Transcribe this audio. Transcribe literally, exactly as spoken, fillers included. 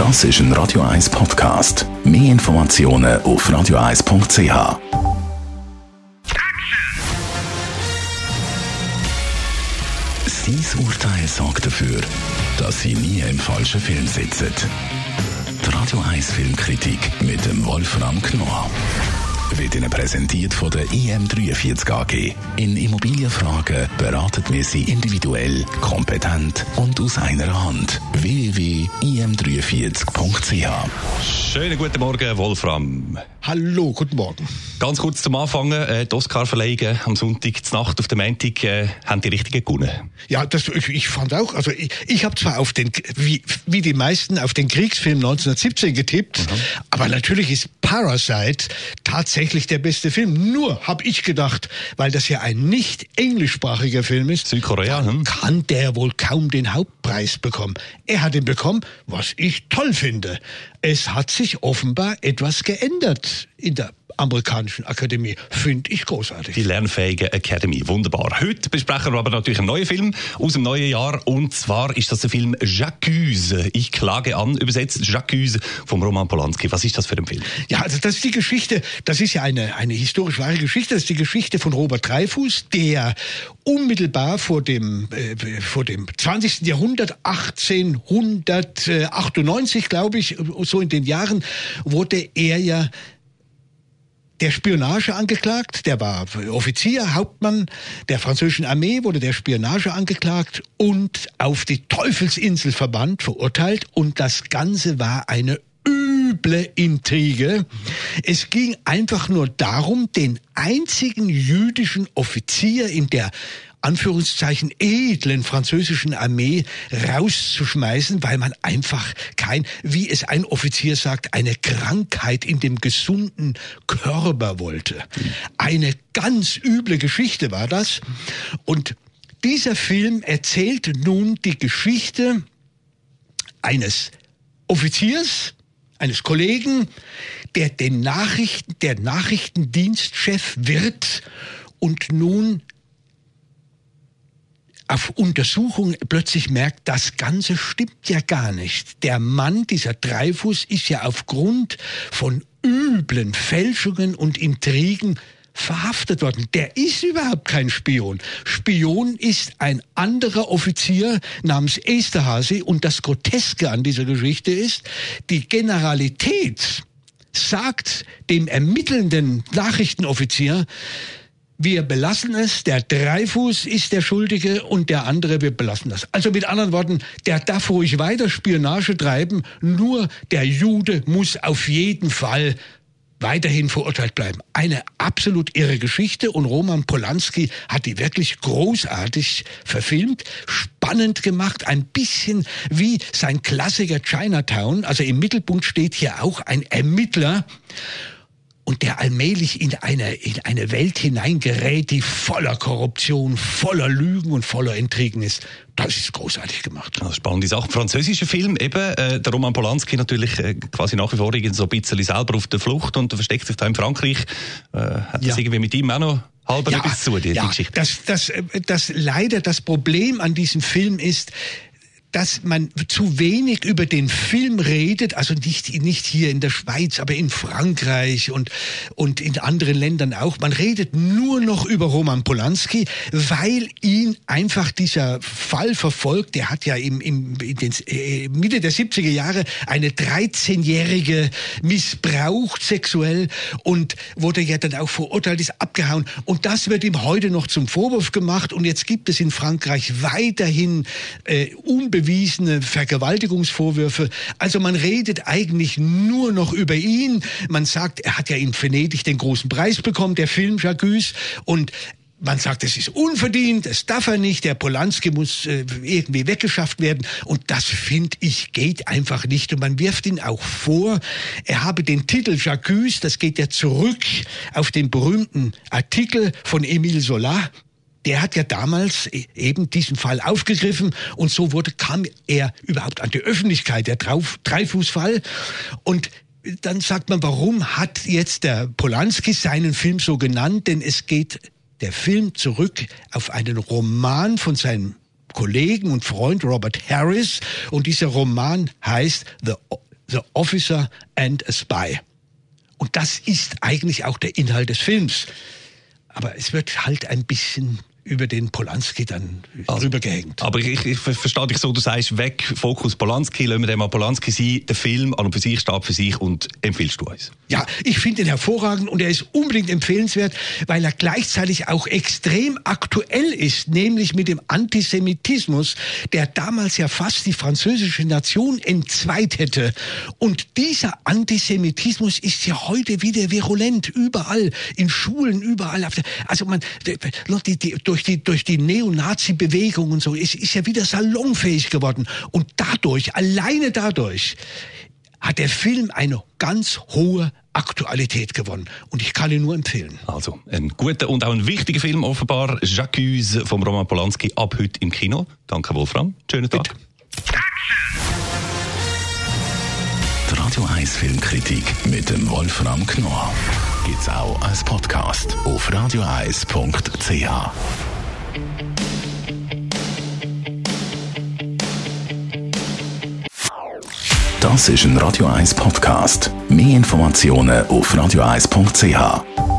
Das ist ein Radio eins Podcast. Mehr Informationen auf radio eins punkt c h. Sein Urteil sorgt dafür, dass Sie nie im falschen Film sitzen. Die Radio eins Filmkritik mit dem Wolfram Knorr wird Ihnen präsentiert von der I M dreiundvierzig A G. In Immobilienfragen beraten wir Sie individuell, kompetent und aus einer Hand. w w w punkt i m dreiundvierzig punkt c h. Schönen guten Morgen, Wolfram. Hallo, guten Morgen. Ganz kurz zum Anfang, äh, die Oscar-Verleihungen am Sonntag, zur Nacht auf den Montag, äh, haben die Richtigen gewonnen? Ja, das, ich, ich fand auch, also ich, ich habe zwar auf den, wie, wie die meisten, auf den Kriegsfilm neunzehnhundertsiebzehn getippt, mhm. aber natürlich ist Parasite tatsächlich der beste Film. Nur habe ich gedacht, weil das ja ein nicht englischsprachiger Film ist, Südkorea, hm? kann der wohl kaum den Hauptpreis bekommen. Er hat ihn bekommen, was ich toll finde. Es hat sich offenbar etwas geändert in der amerikanischen Akademie. Finde ich großartig. Die lernfähige Academy, wunderbar. Heute besprechen wir aber natürlich einen neuen Film aus dem neuen Jahr. Und zwar ist das der Film J'accuse. Ich klage an, übersetzt J'accuse vom Roman Polanski. Was ist das für ein Film? Ja, also das ist die Geschichte, das ist ja eine, eine historisch wahre Geschichte. Das ist die Geschichte von Robert Dreyfus, der unmittelbar vor dem, äh, vor dem zwanzigsten Jahrhundert, achtzehnhundertachtundneunzig, glaube ich, so in den Jahren, wurde er ja der Spionage angeklagt, der war Offizier, Hauptmann der französischen Armee, wurde der Spionage angeklagt und auf die Teufelsinsel verbannt, verurteilt. Und das Ganze war eine üble Intrige. Es ging einfach nur darum, den einzigen jüdischen Offizier in der Anführungszeichen edlen französischen Armee rauszuschmeißen, weil man einfach kein, wie es ein Offizier sagt, eine Krankheit in dem gesunden Körper wollte. Eine ganz üble Geschichte war das. Und dieser Film erzählt nun die Geschichte eines Offiziers, eines Kollegen, der den Nachrichten, der Nachrichtendienstchef wird und nun auf Untersuchung plötzlich merkt, das Ganze stimmt ja gar nicht. Der Mann, dieser Dreyfus, ist ja aufgrund von üblen Fälschungen und Intrigen verhaftet worden. Der ist überhaupt kein Spion. Spion ist ein anderer Offizier namens Esterhazy. Und das Groteske an dieser Geschichte ist, die Generalität sagt dem ermittelnden Nachrichtenoffizier: Wir belassen es, der Dreyfus ist der Schuldige und der andere, wir belassen das. Also mit anderen Worten, der darf ruhig weiter Spionage treiben, nur der Jude muss auf jeden Fall weiterhin verurteilt bleiben. Eine absolut irre Geschichte, und Roman Polanski hat die wirklich großartig verfilmt, spannend gemacht, ein bisschen wie sein Klassiker Chinatown. Also im Mittelpunkt steht hier auch ein Ermittler, und der allmählich in eine, in eine Welt hineingerät, die voller Korruption, voller Lügen und voller Intrigen ist. Das ist großartig gemacht. Das ist spannende Sache. Französischer Film, eben, äh, der Roman Polanski natürlich äh, quasi nach wie vor so ein bisschen selber auf der Flucht und versteckt sich da in Frankreich. Äh, hat das ja irgendwie mit ihm auch noch halber ja, etwas zu, die, ja, die Geschichte? Das, das, das leider das Problem an diesem Film ist, dass man zu wenig über den Film redet, also nicht, nicht hier in der Schweiz, aber in Frankreich und, und in anderen Ländern auch. Man redet nur noch über Roman Polanski, weil ihn einfach dieser Fall verfolgt. Der hat ja im, im, in den, äh, Mitte der siebziger Jahre eine dreizehnjährige missbraucht sexuell und wurde ja dann auch verurteilt, ist abgehauen. Und das wird ihm heute noch zum Vorwurf gemacht. Und jetzt gibt es in Frankreich weiterhin äh, unbewiesene Vergewaltigungsvorwürfe. Also man redet eigentlich nur noch über ihn. Man sagt, er hat ja in Venedig den großen Preis bekommen, der Film J'accuse, und man sagt, es ist unverdient, das darf er nicht, der Polanski muss äh, irgendwie weggeschafft werden. Und das, finde ich, geht einfach nicht. Und man wirft ihn auch vor, er habe den Titel J'accuse, das geht ja zurück auf den berühmten Artikel von Émile Zola. Der hat ja damals eben diesen Fall aufgegriffen, und so wurde, kam er überhaupt an die Öffentlichkeit, der Dreyfus-Fall. Und dann sagt man, warum hat jetzt der Polanski seinen Film so genannt? Denn es geht der Film zurück auf einen Roman von seinem Kollegen und Freund Robert Harris, und dieser Roman heißt The The Officer and a Spy. Und das ist eigentlich auch der Inhalt des Films. Aber es wird halt ein bisschen über den Polanski dann also, drüber gehängt. Aber ich, ich, ich verstehe dich so, du sagst, weg, Fokus Polanski, lassen wir den mal Polanski sein. Der Film an und für sich steht für sich und empfiehlst du uns? Ja, ich finde ihn hervorragend und er ist unbedingt empfehlenswert, weil er gleichzeitig auch extrem aktuell ist, nämlich mit dem Antisemitismus, der damals ja fast die französische Nation entzweit hätte. Und dieser Antisemitismus ist ja heute wieder virulent, überall, in Schulen, überall. Also man, die, die, durch die, durch die Neonazi-Bewegung und so, ist, ist ja wieder salonfähig geworden. Und dadurch, alleine dadurch, hat der Film eine ganz hohe Aktualität gewonnen. Und ich kann ihn nur empfehlen. Also, ein guter und auch ein wichtiger Film offenbar. J'accuse vom Roman Polanski ab heute im Kino. Danke, Wolfram. Schönen Tag. Bitte. Die Radio eins Filmkritik mit dem Wolfram Knorr gibt's auch als Podcast auf radio eins punkt c h. Das ist ein Radio eins Podcast. Mehr Informationen auf radio eins punkt c h.